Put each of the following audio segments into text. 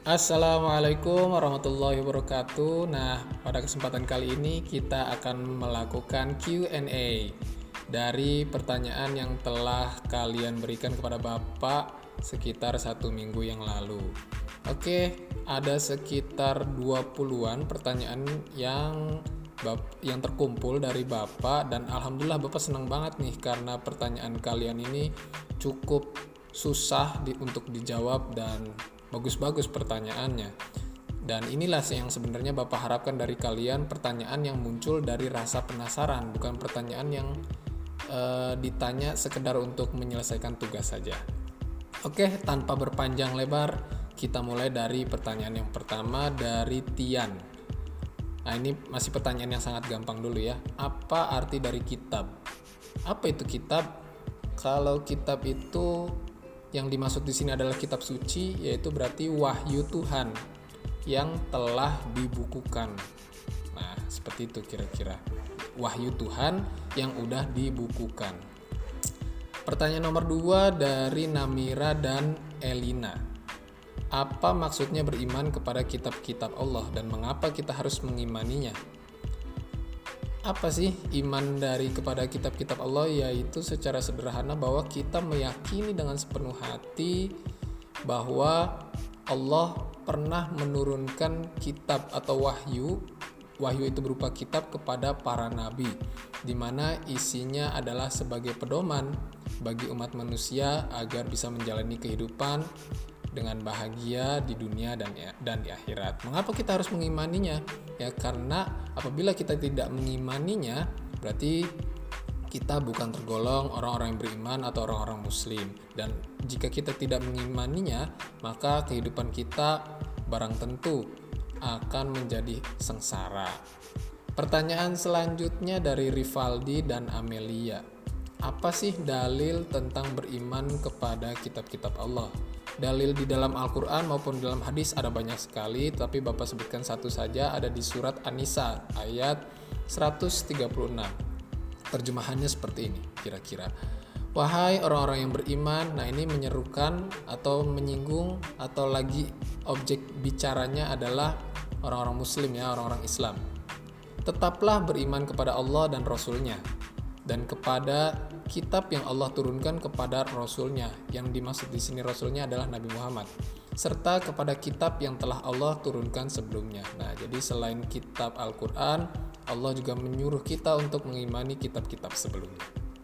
Assalamualaikum warahmatullahi wabarakatuh. Nah, pada kesempatan kali ini kita akan melakukan Q&A dari pertanyaan yang telah kalian berikan kepada Bapak sekitar 1 minggu yang lalu. Oke, ada sekitar 20-an pertanyaan yang terkumpul dari Bapak, dan alhamdulillah Bapak senang banget nih karena pertanyaan kalian ini cukup susah untuk dijawab dan bagus-bagus pertanyaannya. Dan inilah yang sebenarnya Bapak harapkan dari kalian, pertanyaan yang muncul dari rasa penasaran, bukan pertanyaan yang ditanya sekedar untuk menyelesaikan tugas saja. Oke, tanpa berpanjang lebar, kita mulai dari pertanyaan yang pertama dari Tian. Nah, ini masih pertanyaan yang sangat gampang dulu ya. Apa arti dari kitab? Apa itu kitab? Kalau kitab itu yang dimaksud di sini adalah kitab suci, yaitu berarti wahyu Tuhan yang telah dibukukan. Nah, seperti itu kira-kira. Wahyu Tuhan yang udah dibukukan. Pertanyaan nomor 2 dari Namira dan Elina. Apa maksudnya beriman kepada kitab-kitab Allah dan mengapa kita harus mengimaninya? Apa sih iman kepada kitab-kitab Allah? Yaitu secara sederhana bahwa kita meyakini dengan sepenuh hati bahwa Allah pernah menurunkan kitab atau wahyu itu berupa kitab kepada para nabi, di mana isinya adalah sebagai pedoman bagi umat manusia agar bisa menjalani kehidupan dengan bahagia di dunia dan di akhirat. Mengapa kita harus mengimaninya? Ya karena apabila kita tidak mengimaninya, berarti kita bukan tergolong orang-orang yang beriman atau orang-orang muslim. Dan jika kita tidak mengimaninya, maka kehidupan kita barang tentu akan menjadi sengsara. Pertanyaan selanjutnya dari Rivaldi dan Amelia. Apa sih dalil tentang beriman kepada kitab-kitab Allah? Dalil di dalam Al-Quran maupun dalam hadis ada banyak sekali, tapi Bapak sebutkan satu saja, ada di surat An-Nisa ayat 136. Terjemahannya seperti ini kira-kira. Wahai orang-orang yang beriman, nah ini menyerukan atau menyinggung atau lagi objek bicaranya adalah orang-orang muslim ya, orang-orang Islam. Tetaplah beriman kepada Allah dan Rasul-Nya, dan kepada kitab yang Allah turunkan kepada Rasul-Nya. Yang dimaksud di sini Rasul-Nya adalah Nabi Muhammad, serta kepada kitab yang telah Allah turunkan sebelumnya. Nah, jadi selain kitab Al-Quran, Allah juga menyuruh kita untuk mengimani kitab-kitab sebelumnya.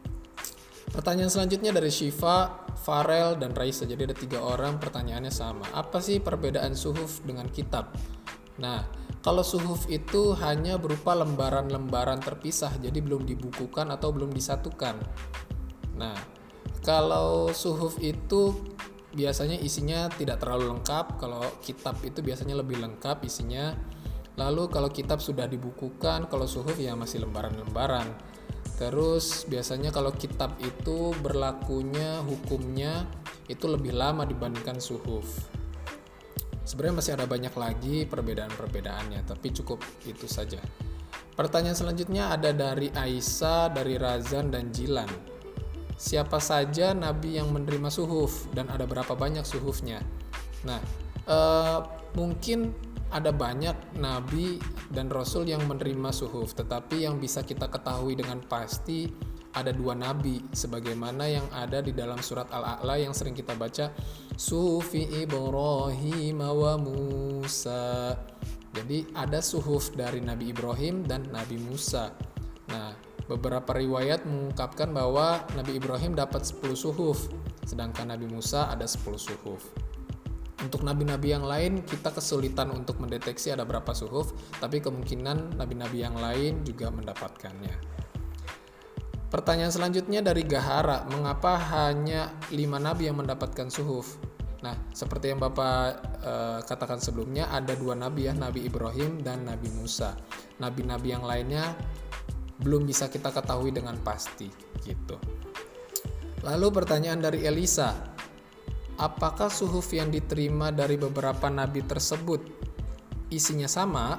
Pertanyaan selanjutnya dari Syifa, Farel, dan Raisa. Jadi ada 3 orang, pertanyaannya sama. Apa sih perbedaan suhuf dengan kitab? Nah, kalau suhuf itu hanya berupa lembaran-lembaran terpisah, jadi belum dibukukan atau belum disatukan. Nah, kalau suhuf itu biasanya isinya tidak terlalu lengkap, kalau kitab itu biasanya lebih lengkap isinya. Lalu kalau kitab sudah dibukukan, kalau suhuf ya masih lembaran-lembaran. Terus biasanya kalau kitab itu berlakunya hukumnya itu lebih lama dibandingkan suhuf. Sebenarnya masih ada banyak lagi perbedaan-perbedaannya, tapi cukup itu saja. Pertanyaan selanjutnya ada dari Aisyah, dari Razan, dan Jilan. Siapa saja nabi yang menerima suhuf dan ada berapa banyak suhufnya? Nah, mungkin ada banyak nabi dan rasul yang menerima suhuf, tetapi yang bisa kita ketahui dengan pasti ada 2 nabi sebagaimana yang ada di dalam surat Al-A'la yang sering kita baca, Sufi Ibrahim wa Musa. Jadi ada suhuf dari Nabi Ibrahim dan Nabi Musa. Nah, beberapa riwayat mengungkapkan bahwa Nabi Ibrahim dapat 10 suhuf, sedangkan Nabi Musa ada 10 suhuf. Untuk nabi-nabi yang lain kita kesulitan untuk mendeteksi ada berapa suhuf, tapi kemungkinan nabi-nabi yang lain juga mendapatkannya. Pertanyaan selanjutnya dari Gahara, mengapa hanya 5 nabi yang mendapatkan suhuf? Nah, seperti yang Bapak katakan sebelumnya, ada 2 nabi ya, Nabi Ibrahim dan Nabi Musa. Nabi-nabi yang lainnya belum bisa kita ketahui dengan pasti gitu. Lalu pertanyaan dari Elisa, apakah suhuf yang diterima dari beberapa nabi tersebut isinya sama?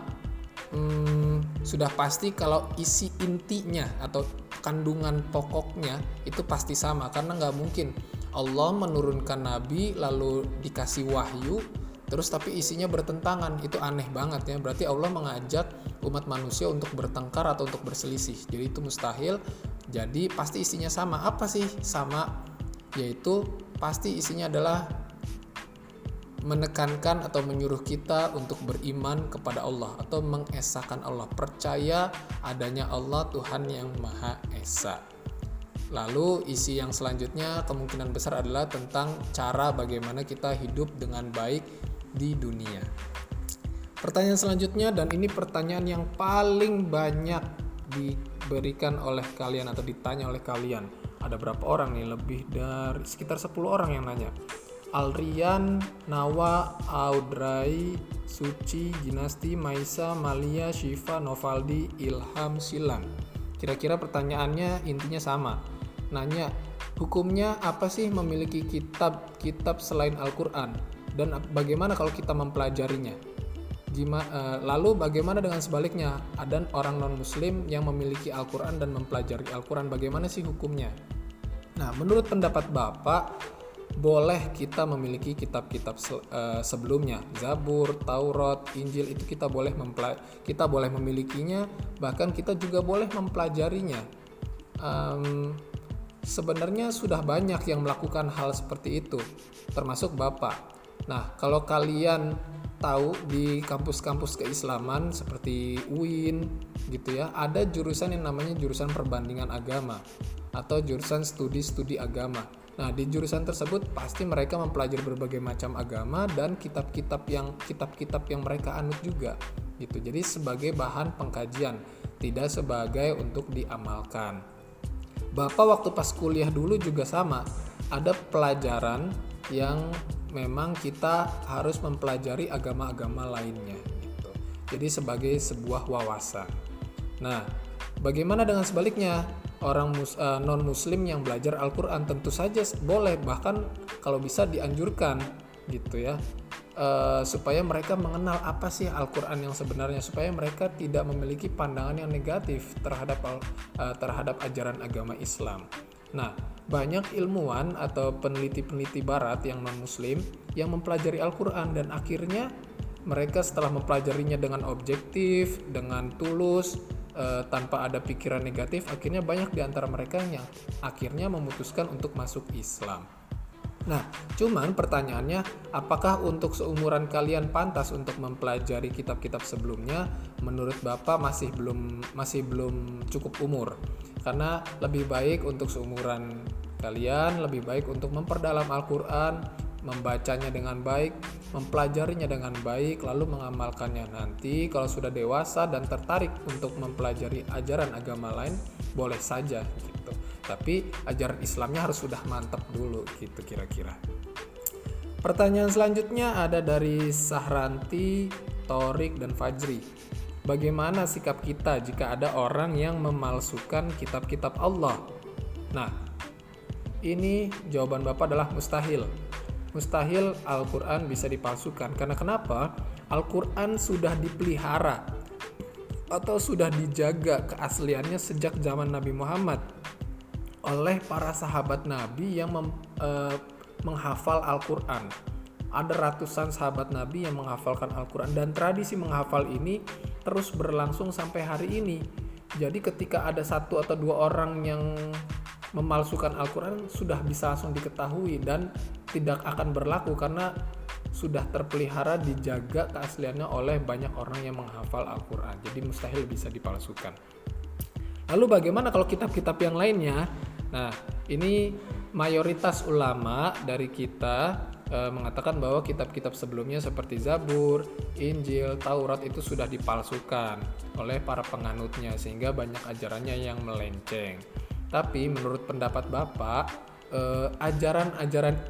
Sudah pasti kalau isi intinya atau kandungan pokoknya itu pasti sama, karena nggak mungkin Allah menurunkan nabi lalu dikasih wahyu terus tapi isinya bertentangan, itu aneh banget ya. Berarti Allah mengajak umat manusia untuk bertengkar atau untuk berselisih, jadi itu mustahil. Jadi pasti isinya sama. Apa sih sama? Yaitu pasti isinya adalah menekankan atau menyuruh kita untuk beriman kepada Allah atau mengesahkan Allah, percaya adanya Allah, Tuhan yang Maha Esa. Lalu isi yang selanjutnya kemungkinan besar adalah tentang cara bagaimana kita hidup dengan baik di dunia. Pertanyaan selanjutnya, dan ini pertanyaan yang paling banyak diberikan oleh kalian atau ditanya oleh kalian. Ada berapa orang nih? Lebih dari sekitar 10 orang yang nanya. Alrian, Nawa, Audrey, Suci, Ginasti, Maisa, Malia, Syifa, Novaldi, Ilham, Silan. Kira-kira pertanyaannya intinya sama. Nanya, hukumnya apa sih memiliki kitab selain Al-Quran? Dan bagaimana kalau kita mempelajarinya? Lalu bagaimana dengan sebaliknya? Ada orang non-muslim yang memiliki Al-Quran dan mempelajari Al-Quran. Bagaimana sih hukumnya? Nah, menurut pendapat Bapak, boleh kita memiliki kitab-kitab sebelumnya, Zabur, Taurat, Injil, itu kita boleh memilikinya, bahkan kita juga boleh mempelajarinya. Sebenarnya sudah banyak yang melakukan hal seperti itu, termasuk Bapak. Nah, kalau kalian tahu di kampus-kampus keislaman seperti UIN gitu ya, ada jurusan yang namanya jurusan perbandingan agama atau jurusan studi agama. Nah, di jurusan tersebut pasti mereka mempelajari berbagai macam agama dan kitab-kitab yang mereka anut juga gitu. Jadi sebagai bahan pengkajian, tidak sebagai untuk diamalkan. Bapak waktu pas kuliah dulu juga sama, ada pelajaran yang memang kita harus mempelajari agama-agama lainnya gitu. Jadi sebagai sebuah wawasan. Nah, bagaimana dengan sebaliknya? Orang non-muslim yang belajar Al-Quran tentu saja boleh, bahkan kalau bisa dianjurkan gitu ya, supaya mereka mengenal apa sih Al-Quran yang sebenarnya, supaya mereka tidak memiliki pandangan yang negatif terhadap ajaran agama Islam. Nah, banyak ilmuwan atau peneliti-peneliti barat yang non-muslim yang mempelajari Al-Quran dan akhirnya mereka setelah mempelajarinya dengan objektif, dengan tulus, tanpa ada pikiran negatif, akhirnya banyak di antara mereka yang akhirnya memutuskan untuk masuk Islam. Nah, cuman pertanyaannya, apakah untuk seumuran kalian pantas untuk mempelajari kitab-kitab sebelumnya? Menurut Bapak masih belum cukup umur. Karena lebih baik untuk seumuran kalian, lebih baik untuk memperdalam Al-Quran, membacanya dengan baik, mempelajarinya dengan baik, lalu mengamalkannya. Nanti kalau sudah dewasa dan tertarik untuk mempelajari ajaran agama lain, boleh saja gitu. Tapi ajaran Islamnya harus sudah mantap dulu gitu kira-kira. Pertanyaan selanjutnya ada dari Sahranti, Torik, dan Fajri. Bagaimana sikap kita jika ada orang yang memalsukan kitab-kitab Allah? Nah, ini jawaban Bapak adalah mustahil. Mustahil Al-Quran bisa dipalsukan. Karena kenapa? Al-Quran sudah dipelihara atau sudah dijaga keasliannya sejak zaman Nabi Muhammad oleh para sahabat Nabi yang menghafal Al-Quran. Ada ratusan sahabat Nabi yang menghafalkan Al-Quran, dan tradisi menghafal ini terus berlangsung sampai hari ini. Jadi ketika ada satu atau dua orang yang memalsukan Al-Quran, sudah bisa langsung diketahui dan tidak akan berlaku karena sudah terpelihara, dijaga keasliannya oleh banyak orang yang menghafal Al-Quran. Jadi mustahil bisa dipalsukan. Lalu bagaimana kalau kitab-kitab yang lainnya? Nah, ini mayoritas ulama dari kita mengatakan bahwa kitab-kitab sebelumnya seperti Zabur, Injil, Taurat itu sudah dipalsukan oleh para penganutnya sehingga banyak ajarannya yang melenceng. Tapi menurut pendapat Bapak, ajaran-ajaran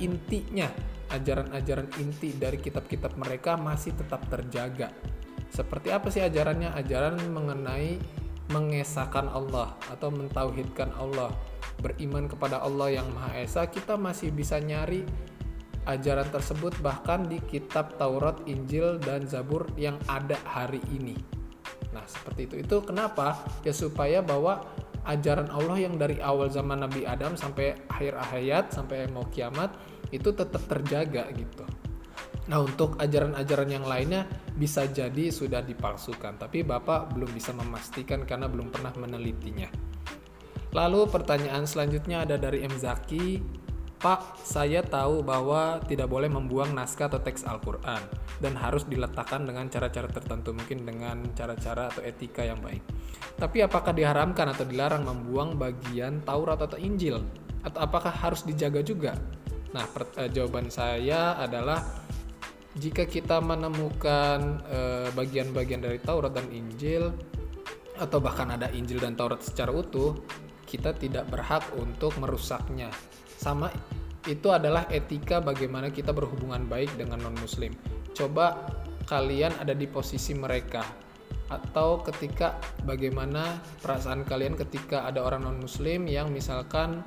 inti dari kitab-kitab mereka masih tetap terjaga. Seperti apa sih ajarannya? Ajaran mengenai mengesahkan Allah atau mentauhidkan Allah, beriman kepada Allah yang Maha Esa. Kita masih bisa nyari ajaran tersebut bahkan di kitab Taurat, Injil, dan Zabur yang ada hari ini. Nah, seperti itu. Itu kenapa? Ya supaya bahwa ajaran Allah yang dari awal zaman Nabi Adam sampai akhir hayat, sampai mau kiamat, itu tetap terjaga gitu. Nah, untuk ajaran-ajaran yang lainnya bisa jadi sudah dipalsukan, tapi Bapak belum bisa memastikan karena belum pernah menelitinya. Lalu pertanyaan selanjutnya ada dari M. Zaki. Pak, saya tahu bahwa tidak boleh membuang naskah atau teks Al-Quran dan harus diletakkan dengan cara-cara tertentu, mungkin dengan cara-cara atau etika yang baik. Tapi apakah diharamkan atau dilarang membuang bagian Taurat atau Injil? Atau apakah harus dijaga juga? Nah, jawaban saya adalah jika kita menemukan bagian-bagian dari Taurat dan Injil, atau bahkan ada Injil dan Taurat secara utuh, kita tidak berhak untuk merusaknya. Sama itu adalah etika bagaimana kita berhubungan baik dengan non-muslim. Coba kalian ada di posisi mereka, atau ketika bagaimana perasaan kalian ketika ada orang non-muslim yang misalkan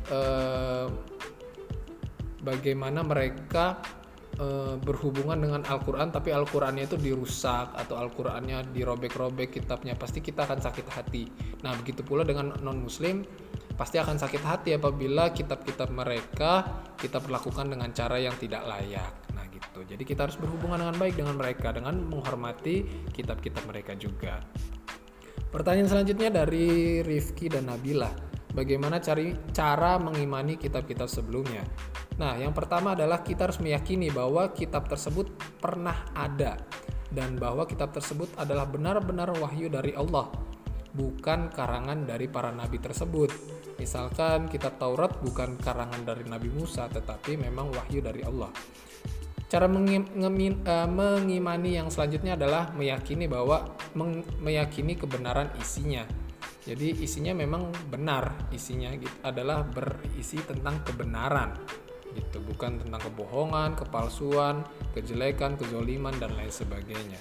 bagaimana mereka berhubungan dengan Al-Quran tapi Al-Qurannya itu dirusak atau Al-Qurannya dirobek-robek kitabnya, pasti kita akan sakit hati. Nah, begitu pula dengan non-muslim, pasti akan sakit hati apabila kitab-kitab mereka kita perlakukan dengan cara yang tidak layak. Nah gitu, jadi kita harus berhubungan dengan baik dengan mereka dengan menghormati kitab-kitab mereka juga. Pertanyaan selanjutnya dari Rifki dan Nabila. Bagaimana cara mengimani kitab-kitab sebelumnya? Nah, yang pertama adalah kita harus meyakini bahwa kitab tersebut pernah ada dan bahwa kitab tersebut adalah benar-benar wahyu dari Allah, bukan karangan dari para nabi tersebut. Misalkan kitab Taurat bukan karangan dari Nabi Musa, tetapi memang wahyu dari Allah. Cara mengimani yang selanjutnya adalah meyakini meyakini kebenaran isinya. Jadi isinya memang benar, isinya gitu, adalah berisi tentang kebenaran, gitu, bukan tentang kebohongan, kepalsuan, kejelekan, kezoliman dan lain sebagainya.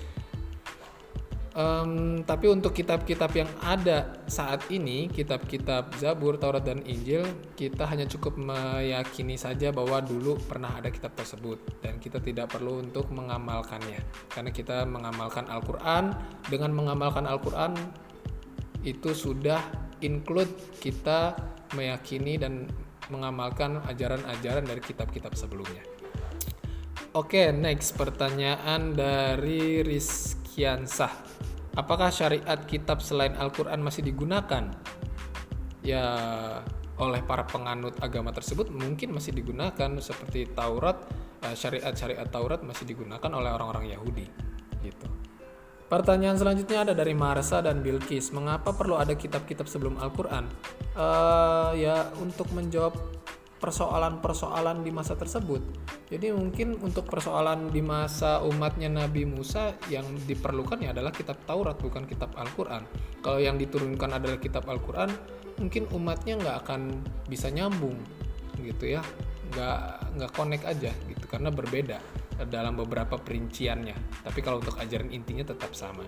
Tapi untuk kitab-kitab yang ada saat ini, kitab-kitab Zabur, Taurat, dan Injil, kita hanya cukup meyakini saja bahwa dulu pernah ada kitab tersebut dan kita tidak perlu untuk mengamalkannya, karena kita mengamalkan Al-Quran. Dengan mengamalkan Al-Quran itu sudah include kita meyakini dan mengamalkan ajaran-ajaran dari kitab-kitab sebelumnya. Oke, next pertanyaan dari Rizkiansah. Apakah syariat kitab selain Al-Quran masih digunakan? Ya, oleh para penganut agama tersebut mungkin masih digunakan, seperti Taurat, syariat-syariat Taurat masih digunakan oleh orang-orang Yahudi, gitu. Pertanyaan selanjutnya ada dari Marsa dan Bilqis. Mengapa perlu ada kitab-kitab sebelum Al-Quran? Ya, untuk menjawab persoalan-persoalan di masa tersebut. Jadi mungkin untuk persoalan di masa umatnya Nabi Musa yang diperlukan ya adalah kitab Taurat, bukan kitab Al-Quran. Kalau yang diturunkan adalah kitab Al-Quran, mungkin umatnya nggak akan bisa nyambung gitu ya, nggak connect aja gitu, karena berbeda dalam beberapa perinciannya. Tapi kalau untuk ajaran intinya tetap sama.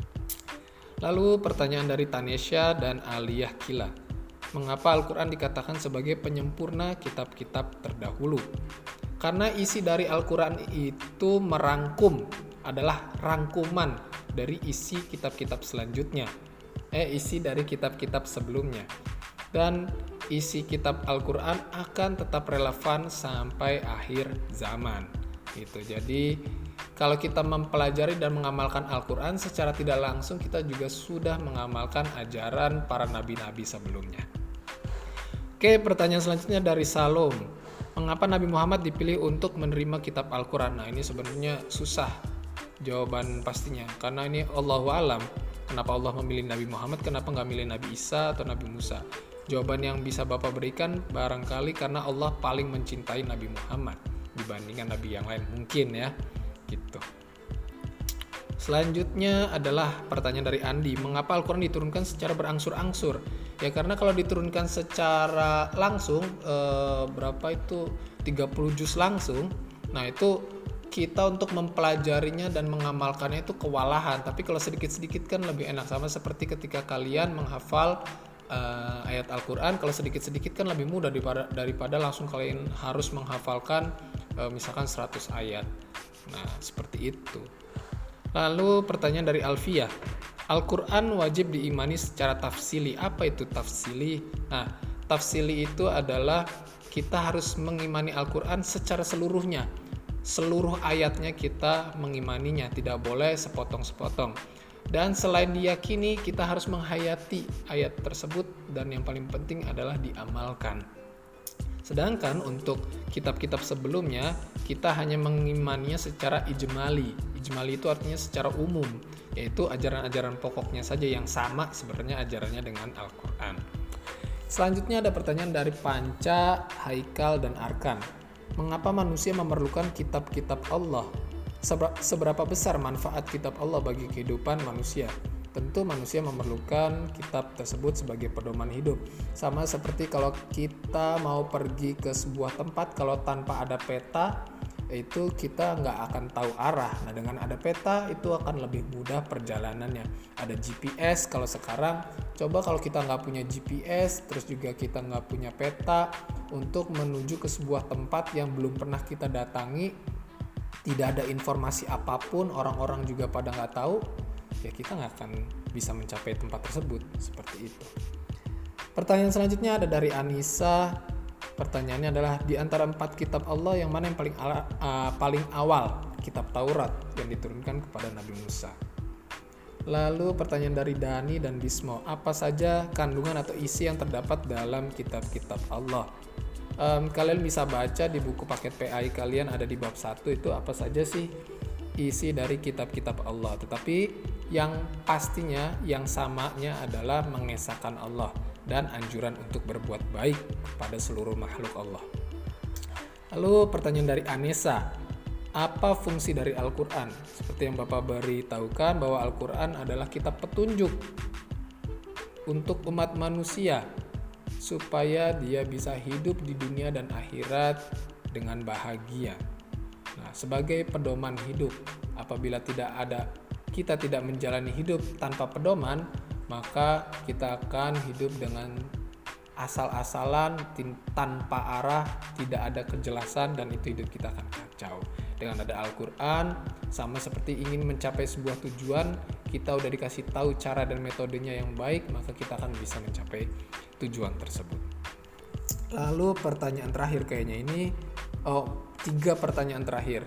Lalu pertanyaan dari Tanesha dan Aliyah Kila. Mengapa Al-Quran dikatakan sebagai penyempurna kitab-kitab terdahulu? Karena isi dari Al-Quran itu adalah rangkuman dari isi kitab-kitab selanjutnya. Isi dari kitab-kitab sebelumnya. Dan isi kitab Al-Quran akan tetap relevan sampai akhir zaman. Gitu. Jadi kalau kita mempelajari dan mengamalkan Al-Quran, secara tidak langsung kita juga sudah mengamalkan ajaran para nabi-nabi sebelumnya. Oke, pertanyaan selanjutnya dari Salom. Mengapa Nabi Muhammad dipilih untuk menerima kitab Al-Quran? Nah, ini sebenarnya susah jawaban pastinya, karena ini Allahu alam. Kenapa Allah memilih Nabi Muhammad, kenapa nggak milih Nabi Isa atau Nabi Musa? Jawaban yang bisa Bapak berikan barangkali karena Allah paling mencintai Nabi Muhammad dibandingkan Nabi yang lain, mungkin ya, gitu. Selanjutnya adalah pertanyaan dari Andi. Mengapa Al-Quran diturunkan secara berangsur-angsur? Ya karena kalau diturunkan secara langsung, berapa itu 30 juz langsung, nah itu kita untuk mempelajarinya dan mengamalkannya itu kewalahan. Tapi kalau sedikit-sedikit kan lebih enak, sama seperti ketika kalian menghafal ayat Al-Quran, kalau sedikit-sedikit kan lebih mudah daripada langsung kalian harus menghafalkan misalkan 100 ayat. Nah, seperti itu. Lalu pertanyaan dari Alfia. Al-Quran wajib diimani secara tafsili. Apa itu tafsili? Nah, tafsili itu adalah kita harus mengimani Al-Quran secara seluruhnya. seluruh ayatnya kita mengimaninya, tidak boleh sepotong-sepotong. Dan selain diyakini, kita harus menghayati ayat tersebut, dan yang paling penting adalah diamalkan. Sedangkan untuk kitab-kitab sebelumnya, kita hanya mengimaninya secara ijmali. Ijmali itu artinya secara umum, yaitu ajaran-ajaran pokoknya saja yang sama sebenarnya ajarannya dengan Al-Quran. Selanjutnya ada pertanyaan dari Panca, Haikal, dan Arkan. Mengapa manusia memerlukan kitab-kitab Allah? Seberapa besar manfaat kitab Allah bagi kehidupan manusia? Tentu manusia memerlukan kitab tersebut sebagai pedoman hidup. Sama seperti kalau kita mau pergi ke sebuah tempat, kalau tanpa ada peta, itu kita nggak akan tahu arah. Nah, dengan ada peta itu akan lebih mudah perjalanannya. Ada GPS, kalau sekarang coba kalau kita nggak punya GPS, terus juga kita nggak punya peta untuk menuju ke sebuah tempat yang belum pernah kita datangi, tidak ada informasi apapun, orang-orang juga pada nggak tahu, ya kita nggak akan bisa mencapai tempat tersebut. Seperti itu. Pertanyaan selanjutnya ada dari Anissa. Pertanyaannya adalah, di antara 4 kitab Allah yang mana yang paling awal? Kitab Taurat yang diturunkan kepada Nabi Musa. Lalu pertanyaan dari Dani dan Bismo, apa saja kandungan atau isi yang terdapat dalam kitab-kitab Allah? Kalian bisa baca di buku paket PAI kalian, ada di bab 1 itu apa saja sih isi dari kitab-kitab Allah. Tetapi yang pastinya yang samanya adalah mengesahkan Allah dan anjuran untuk berbuat baik kepada seluruh makhluk Allah. Lalu pertanyaan dari Anissa, apa fungsi dari Al-Quran? Seperti yang Bapak beritahukan bahwa Al-Quran adalah kitab petunjuk untuk umat manusia supaya dia bisa hidup di dunia dan akhirat dengan bahagia. Nah, sebagai pedoman hidup, apabila kita tidak menjalani hidup tanpa pedoman, maka kita akan hidup dengan asal-asalan, tanpa arah, tidak ada kejelasan, dan itu hidup kita akan kacau. Dengan ada Al-Quran, sama seperti ingin mencapai sebuah tujuan, kita udah dikasih tahu cara dan metodenya yang baik, maka kita akan bisa mencapai tujuan tersebut. Lalu pertanyaan terakhir kayaknya ini, 3 pertanyaan terakhir.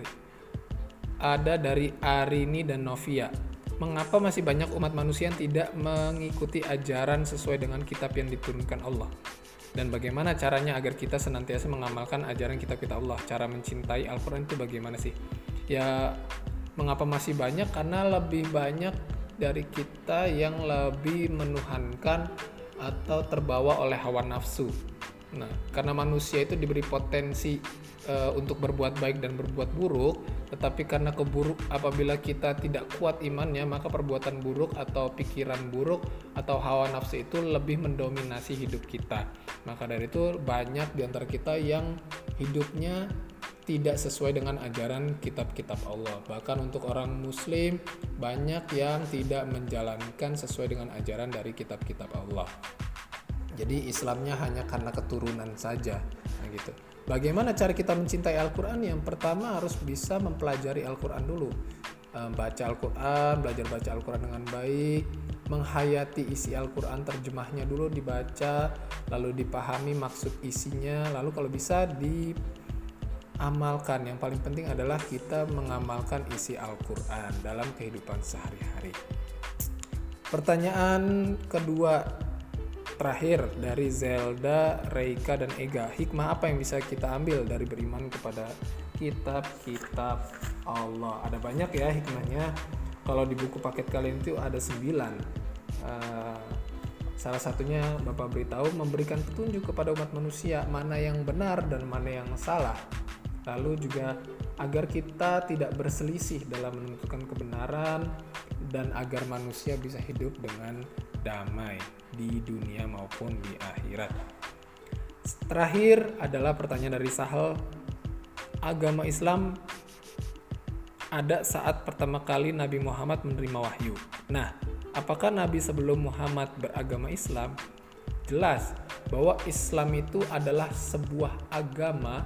Ada dari Arini dan Novia. Mengapa masih banyak umat manusia yang tidak mengikuti ajaran sesuai dengan kitab yang diturunkan Allah? Dan bagaimana caranya agar kita senantiasa mengamalkan ajaran kitab-kitab Allah? Cara mencintai Al-Quran itu bagaimana sih? Ya, mengapa masih banyak? Karena lebih banyak dari kita yang lebih menuhankan atau terbawa oleh hawa nafsu. Nah, karena manusia itu diberi potensi untuk berbuat baik dan berbuat buruk, tetapi karena apabila kita tidak kuat imannya, maka perbuatan buruk atau pikiran buruk atau hawa nafsu itu lebih mendominasi hidup kita. Maka dari itu banyak di antara kita yang hidupnya tidak sesuai dengan ajaran kitab-kitab Allah. Bahkan untuk orang muslim banyak yang tidak menjalankan sesuai dengan ajaran dari kitab-kitab Allah. Jadi Islamnya hanya karena keturunan saja. Nah, gitu. Bagaimana cara kita mencintai Al-Quran? Yang pertama harus bisa mempelajari Al-Quran dulu. Baca Al-Quran, belajar baca Al-Quran dengan baik, menghayati isi Al-Quran, terjemahnya dulu dibaca, lalu dipahami maksud isinya, lalu kalau bisa diamalkan. Yang paling penting adalah kita mengamalkan isi Al-Quran dalam kehidupan sehari-hari. Pertanyaan kedua terakhir dari Zelda, Reika, dan Ega. Hikmah apa yang bisa kita ambil dari beriman kepada kitab-kitab Allah? Ada banyak ya hikmahnya. Kalau di buku paket kalian itu ada 9. Salah satunya Bapak beritahu memberikan petunjuk kepada umat manusia mana yang benar dan mana yang salah. Lalu juga agar kita tidak berselisih dalam menentukan kebenaran dan agar manusia bisa hidup dengan damai di dunia maupun di akhirat. Terakhir adalah pertanyaan dari Sahel. Agama Islam ada saat pertama kali Nabi Muhammad menerima wahyu. Nah, apakah Nabi sebelum Muhammad beragama Islam? Jelas bahwa Islam itu adalah sebuah agama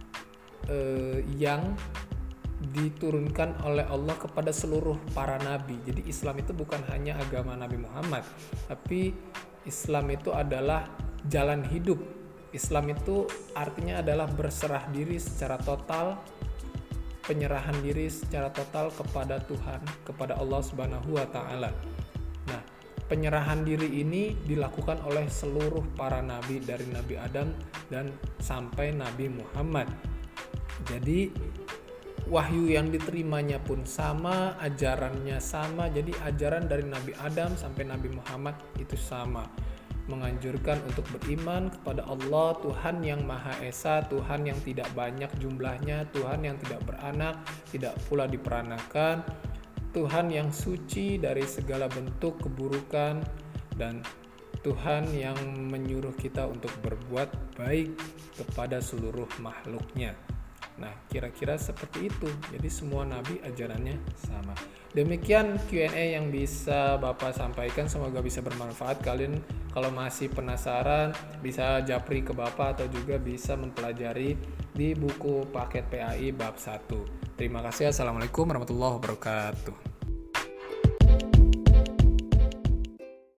yang diturunkan oleh Allah kepada seluruh para nabi. Jadi Islam itu bukan hanya agama Nabi Muhammad, tapi Islam itu adalah jalan hidup. Islam itu artinya adalah berserah diri secara total penyerahan diri secara total kepada Tuhan, kepada Allah Subhanahu wa taala. Nah, penyerahan diri ini dilakukan oleh seluruh para nabi dari Nabi Adam dan sampai Nabi Muhammad. Jadi wahyu yang diterimanya pun sama, ajarannya sama. Jadi ajaran dari Nabi Adam sampai Nabi Muhammad itu sama, menganjurkan untuk beriman kepada Allah, Tuhan yang Maha Esa, Tuhan yang tidak banyak jumlahnya, Tuhan yang tidak beranak, tidak pula diperanakan, Tuhan yang suci dari segala bentuk keburukan, dan Tuhan yang menyuruh kita untuk berbuat baik kepada seluruh makhluknya. Nah, kira-kira seperti itu. Jadi semua nabi ajarannya sama. Demikian Q&A yang bisa Bapak sampaikan, semoga bisa bermanfaat. Kalian kalau masih penasaran bisa japri ke Bapak atau juga bisa mempelajari di buku paket PAI bab 1. Terima kasih. Assalamualaikum warahmatullahi wabarakatuh.